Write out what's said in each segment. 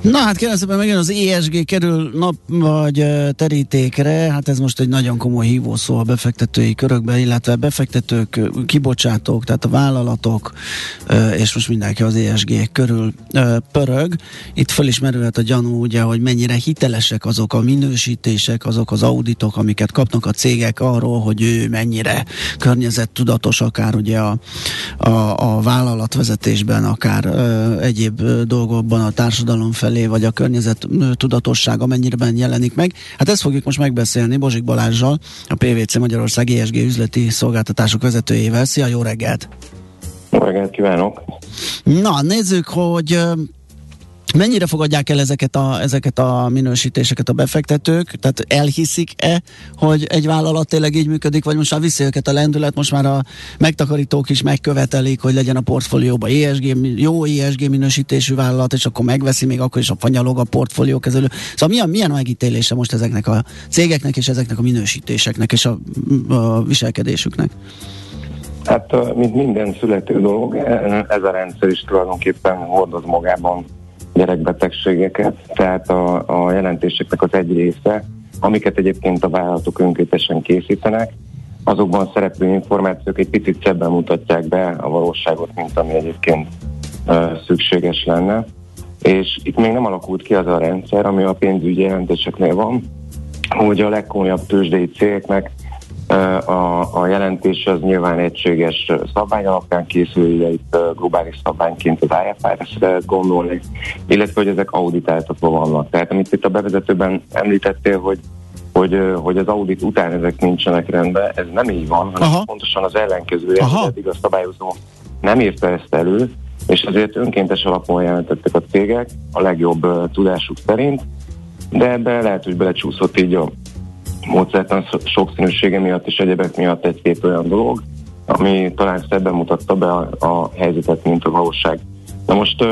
Na hát kérem szépen, megint az ESG kerül nap vagy terítékre, hát ez most egy nagyon komoly hívószó a befektetői körökben, illetve befektetők, kibocsátók, tehát a vállalatok, és most mindenki az ESG körül pörög. Itt föl is merülhet a gyanú, ugye, hogy mennyire hitelesek azok a minősítések, azok az auditok, amiket kapnak a cégek arról, hogy ő mennyire környezettudatos, akár ugye a vállalatvezetésben, akár egyéb dolgokban a társadalom felé, vagy a környezet tudatossága mennyire jelenik meg. Hát ezt fogjuk most megbeszélni Bozsik Balázssal, a PwC Magyarország ESG üzleti szolgáltatások vezetőjével. Szia, jó reggelt! Jó reggelt kívánok! Na, nézzük, hogy mennyire fogadják el ezeket a minősítéseket a befektetők? Tehát elhiszik-e, hogy egy vállalat tényleg így működik, vagy most már viszi őket a lendület, most már a megtakarítók is megkövetelik, hogy legyen a portfólióban jó ESG minősítésű vállalat, és akkor megveszi, még akkor is a fanyalog a portfóliókezelő. Szóval milyen a megítélése most ezeknek a cégeknek, és ezeknek a minősítéseknek, és a viselkedésüknek? Hát, mint minden születő dolog, ez a rendszer is tulajdonképpen hordoz magában gyerekbetegségeket, tehát a jelentéseknek az egy része, amiket egyébként a vállalatok önkéntesen készítenek, azokban szereplő információk egy picit szebben mutatják be a valóságot, mint ami egyébként szükséges lenne. És itt még nem alakult ki az a rendszer, ami a pénzügyi jelentéseknél van, hogy a legkomolyabb tőzsdei cégeknek a jelentés az nyilván egységes szabvány alapján készül, ugye itt globális szabványként az IFRS-re lehet gondolni, illetve hogy ezek auditáltatva vannak. Tehát amit itt a bevezetőben említettél, hogy az audit után ezek nincsenek rendben, ez nem így van, hanem pontosan az ellenkezője, hogy eddig a szabályozó nem írta ezt elő, és azért önkéntes alapon jelentettek a cégek a legjobb tudásuk szerint, de ebben lehet, hogy belecsúszott így a módszertan sokszínűsége miatt és egyebek miatt egy-két olyan dolog, ami talán szebben mutatta be a helyzetet, mint a valóság. Na most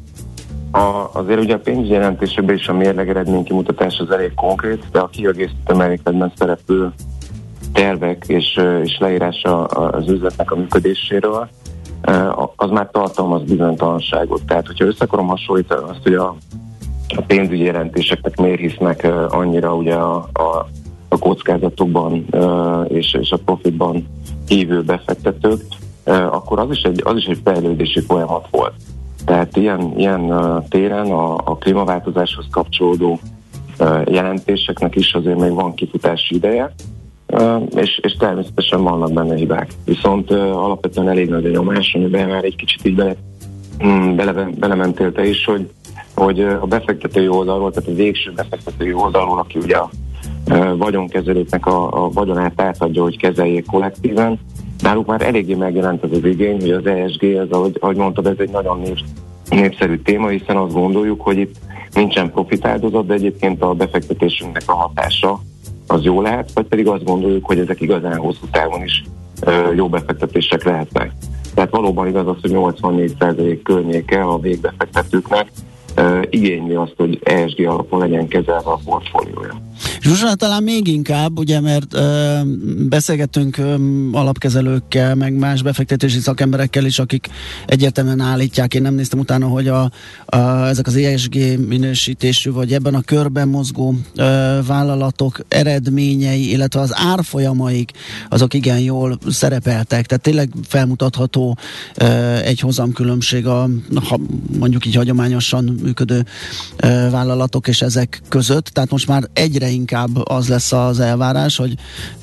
azért ugye a pénzügyi jelentésekben is a mérleg eredmény kimutatás az elég konkrét, de a kiegészítő mellékletben szereplő tervek és leírása az üzletnek a működéséről, az már tartalmaz bizonytalanságot. Tehát, hogyha össze akarom hasonlítani azt, hogy a pénzügyi jelentéseknek miért hisznek annyira ugye a kockázatokban és a profitban hívő befektetők, akkor az is egy fejlődési folyamat volt. Tehát ilyen téren a klímaváltozáshoz kapcsolódó jelentéseknek is azért még van kifutási ideje, és természetesen vannak benne hibák. Viszont alapvetően elég nagy a nyomás, amiben már egy kicsit így belementél te is, hogy a befektetői oldalról, tehát a végső befektetői oldalról, aki ugye a vagyonkezelőknek a vagyonát átadja, hogy kezeljék kollektíven. Náluk már eléggé megjelent az igény, hogy az ESG, ez, ahogy mondtad, ez egy nagyon népszerű téma, hiszen azt gondoljuk, hogy itt nincsen profitáldozat, de egyébként a befektetésünknek a hatása az jó lehet, vagy pedig azt gondoljuk, hogy ezek igazán hosszú távon is jó befektetések lehetnek. Tehát valóban igaz az, hogy 84% környéke a végbefektetőknek igényli azt, hogy ESG alapon legyen kezelve a portfóliója. És most talán még inkább, ugye, mert beszélgettünk alapkezelőkkel, meg más befektetési szakemberekkel is, akik egyértelműen állítják, én nem néztem utána, hogy ezek az ESG minősítésű, vagy ebben a körben mozgó vállalatok eredményei, illetve az árfolyamaik, azok igen jól szerepeltek, tehát tényleg felmutatható egy hozamkülönbség mondjuk így hagyományosan működő vállalatok és ezek között, tehát most már egyre inkább az lesz az elvárás, hogy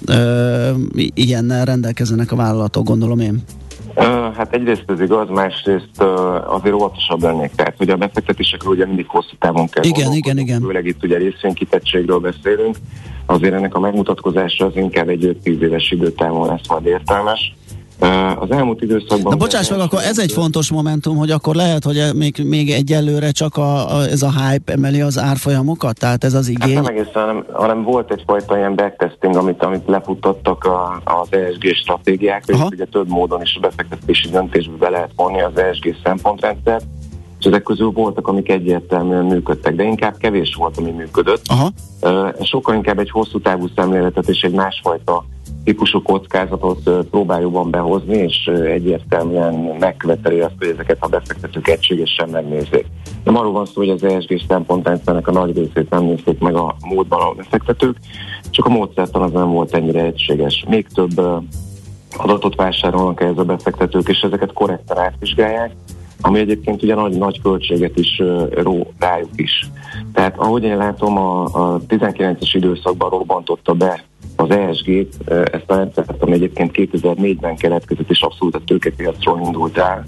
ilyennel rendelkezzenek a vállalatok, gondolom én. Hát egyrészt ez igaz, másrészt azért óvatosabb lennék. Tehát, hogy a befektetésekről ugye mindig hosszú távon kell Igen. Főleg itt ugye részvénykitettségről beszélünk. Azért ennek a megmutatkozása az inkább egy 5-10 éves időtávon lesz majd értelmes. Az elmúlt időszakban... Na bocsáss meg, akkor ez egy fontos momentum, hogy akkor lehet, hogy még egyelőre csak ez a hype emeli az árfolyamokat? Tehát ez az igény? Hát nem egészen, hanem volt egyfajta ilyen backtesting, amit lefutottak az ESG stratégiák, és ugye több módon is a befektetési döntésbe be lehet vonni az ESG szempontrendszert, és ezek közül voltak, amik egyértelműen működtek, de inkább kevés volt, ami működött. Sokkal inkább egy hosszú távú szemléletet és egy másfajta típusú kockázatot próbál jobban behozni, és egyértelműen megköveteli azt, hogy ezeket a befektetők egységesen megnézzék. Nem arról van szó, hogy az ESG szempontrendszernek a nagy részét nem nézték meg a múltban a befektetők, csak a módszertan az nem volt ennyire egységes. Még több adatot vásárolnak ehhez a befektetők, és ezeket korrektan átvizsgálják, ami egyébként ugye nagy költséget is ró rájuk is. Tehát ahogy én látom, a 19-es időszakban robbantotta be az ESG-t, ezt a rendszert, ami egyébként 2004-ben keletkezett, és abszolút a tőkepiacról indult el.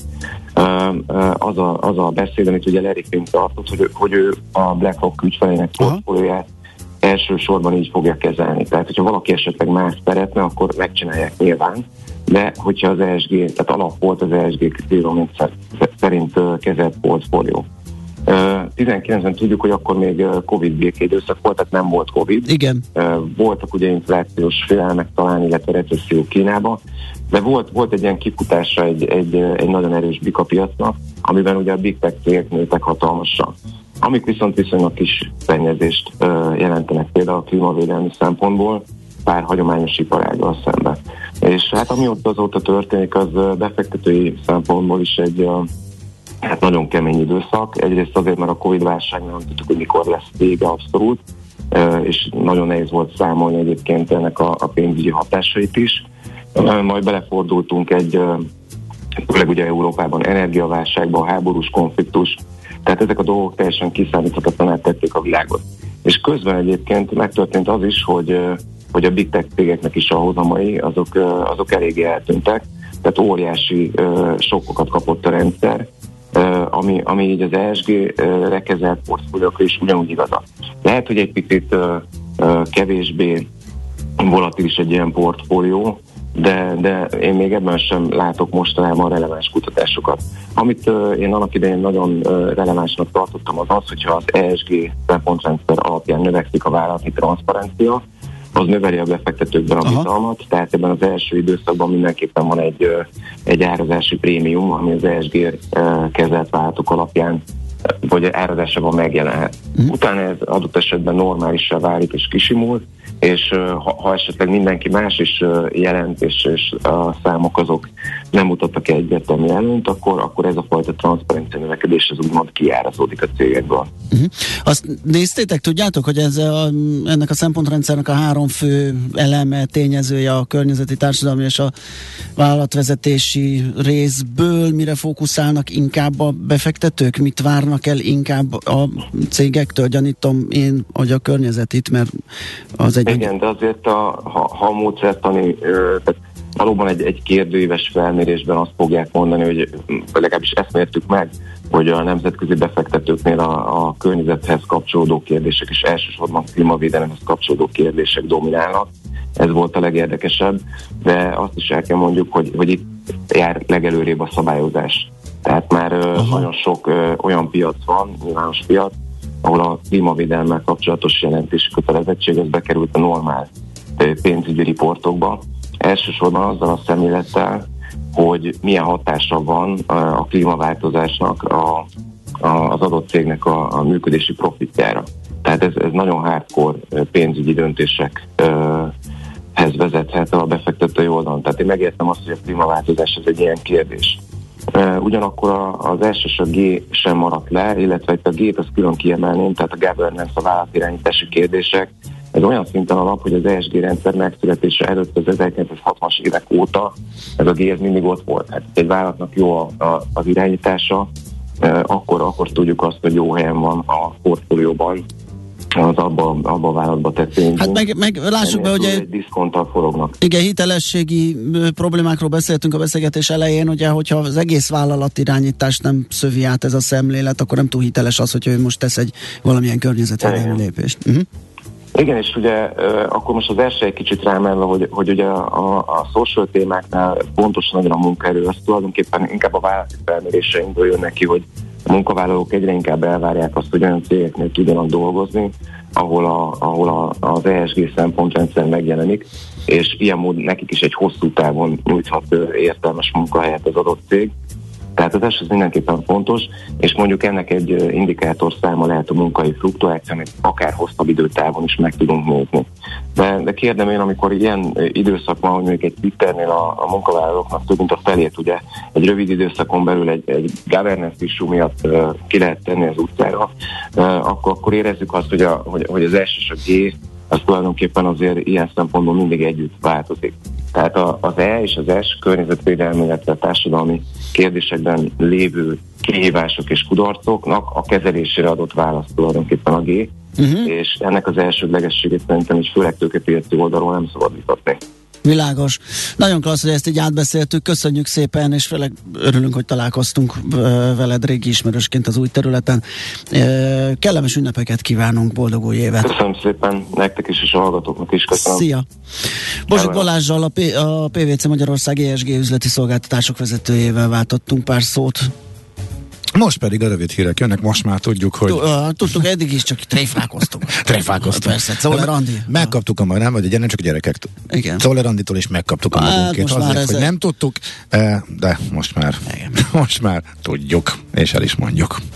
Az a beszéd, amit ugye Larry Fink tartott, hogy ő a BlackRock ügyfelének portfólióját elsősorban így fogja kezelni. Tehát, hogyha valaki esetleg más szeretne, akkor megcsinálják nyilván, de hogyha az ESG, tehát alap volt az ESG kritérium szerint kezelt portfólió. 19-ben tudjuk, hogy akkor még Covid békéidőszak volt, tehát nem volt Covid. Igen. Voltak ugye inflációs félelmek talán, illetve recesszió Kínában, de volt egy ilyen kifutása egy nagyon erős bikapiacnak, amiben ugye a big tech cégek nőttek hatalmasan. Amik viszont viszonylag kis szennyezést jelentenek például a klímavédelmi szempontból, pár hagyományos iparággal szemben. És hát amióta azóta történik, az befektetői szempontból is egy nagyon kemény időszak. Egyrészt azért, mert a Covid-válság nem tudtuk, hogy mikor lesz vége abszolút, és nagyon nehéz volt számolni egyébként ennek a pénzügyi hatásait is. Majd belefordultunk főleg ugye Európában energiaválságban, háborús konfliktus, tehát ezek a dolgok teljesen kiszámíthatatlaná tették a világot. És közben egyébként megtörtént az is, hogy a big tech cégeknek is a hozamai, azok eléggé eltűntek, tehát óriási sokkokat kapott a rendszer, ami így az ESG-re kezelt portfóliókra is ugyanúgy igazad. Lehet, hogy egy picit kevésbé volatilis egy ilyen portfólió, de én még ebben sem látok mostanában releváns kutatásokat. Amit én annak idején nagyon relevánsnak tartottam az, hogyha az ESG szempontrendszer alapján növekszik a vállalati transzparencia, az növeli a befektetőkben a bizalmat, tehát ebben az első időszakban mindenképpen van egy árazási prémium, ami az ESG kezelt vállalatok alapján vagy árazásában megjelenhet. Utána ez adott esetben normálisra válik és kisimul, és ha esetleg mindenki más is jelent, és a számok azok nem mutattak egyértelmű előnyt, akkor ez a fajta transzparencia növekedés az úgymond kiárazódik a cégekből. Azt néztétek, tudjátok, hogy ennek a szempontrendszernek a 3 fő eleme, tényezője a környezeti, társadalmi és a vállalatvezetési részből mire fókuszálnak inkább a befektetők? Mit várnak el inkább a cégektől? Gyanítom én, hogy a környezetit, mert az egy... Igen, de azért ha a módszertani, tehát valóban egy kérdőíves felmérésben azt fogják mondani, hogy legalábbis ezt mértük meg, hogy a nemzetközi befektetőknél a környezethez kapcsolódó kérdések és elsősorban klímavédelemhez kapcsolódó kérdések dominálnak. Ez volt a legérdekesebb, de azt is el kell mondjuk, hogy itt jár legelőrébb a szabályozás. Tehát már nagyon sok olyan piac van, nyilvános piac, ahol a klímavédelemmel kapcsolatos jelentési kötelezettség az bekerült a normál pénzügyi riportokba. Elsősorban azzal a szemlélettel, hogy milyen hatása van a klímaváltozásnak az adott cégnek a működési profitjára. Tehát ez nagyon hardcore pénzügyi döntésekhez vezethet a befektetői oldalon. Tehát én megértem azt, hogy a klímaváltozás ez egy ilyen kérdés. Ugyanakkor az elsős a G sem maradt le, illetve a G-t azt külön kiemelném, tehát a governance, a vállalatirányítási kérdések. Ez olyan szinten alap, hogy az ESG rendszer megszületése előtt az 1960-as évek óta ez a G ez mindig ott volt. Hát egy vállalatnak jó az irányítása, akkor tudjuk azt, hogy jó helyen van a portfólióban az abba a vállalatba tett pénzünk. Hát meg lássuk be, hogy egy diszkonttal forognak. Igen, hitelességi problémákról beszéltünk a beszélgetés elején, ugye, hogyha az egész vállalatirányítást nem szövi át ez a szemlélet, akkor nem túl hiteles az, hogy ő most tesz egy valamilyen környezetvédelmi lépést. Igen, és ugye akkor most az első egy kicsit rámenve, hogy ugye a social témáknál pontosan nagyon a munkaerő, az tulajdonképpen inkább a vállalati felméréseinkből jön neki, hogy a munkavállalók egyre inkább elvárják azt, hogy olyan cégeknél tudjanak dolgozni, ahol az ESG szempontrendszer megjelenik, és ilyen módon nekik is egy hosszú távon nyújthat értelmes munkahelyet az adott cég. Tehát az S az mindenképpen fontos, és mondjuk ennek egy indikátor száma lehet a munkai fluktuáció, amit akár hosszabb időtávon is meg tudunk nézni. De kérdem én, amikor ilyen időszak van, hogy mondjuk egy Twitternél a munkavállalóknak több mint a felét, ugye egy rövid időszakon belül egy governance issue miatt ki lehet tenni az utcára, akkor érezzük azt, hogy az S és a G az tulajdonképpen azért ilyen szempontból mindig együtt változik. Tehát az E és az S környezetvédelmi, illetve társadalmi kérdésekben lévő kihívások és kudarcoknak a kezelésére adott válasz tulajdonképpen a G, és ennek az elsődlegességét szerintem is főleg tőkepiaci oldalról nem szabad vitatni. Világos. Nagyon klassz, hogy ezt így átbeszéltük. Köszönjük szépen, és főleg örülünk, hogy találkoztunk veled régi ismerősként az új területen. Kellemes ünnepeket kívánunk, boldog új évet! Köszönöm szépen, nektek is, és a hallgatóknak is köszönöm. Szia! Bozsik Balázssal, a PwC Magyarország ESG üzleti szolgáltatások vezetőjével váltottunk pár szót. Most pedig a rövid hírek jönnek, most már tudjuk, hogy... Tudtuk, eddig is csak tréfálkoztunk. Persze, Czoller Andi. Megkaptuk a nem vagy nem csak a gyerekek. Igen. Czoller Anditól is megkaptuk a magunkét. Azért, hogy nem tudtuk, de most már tudjuk, és el is mondjuk.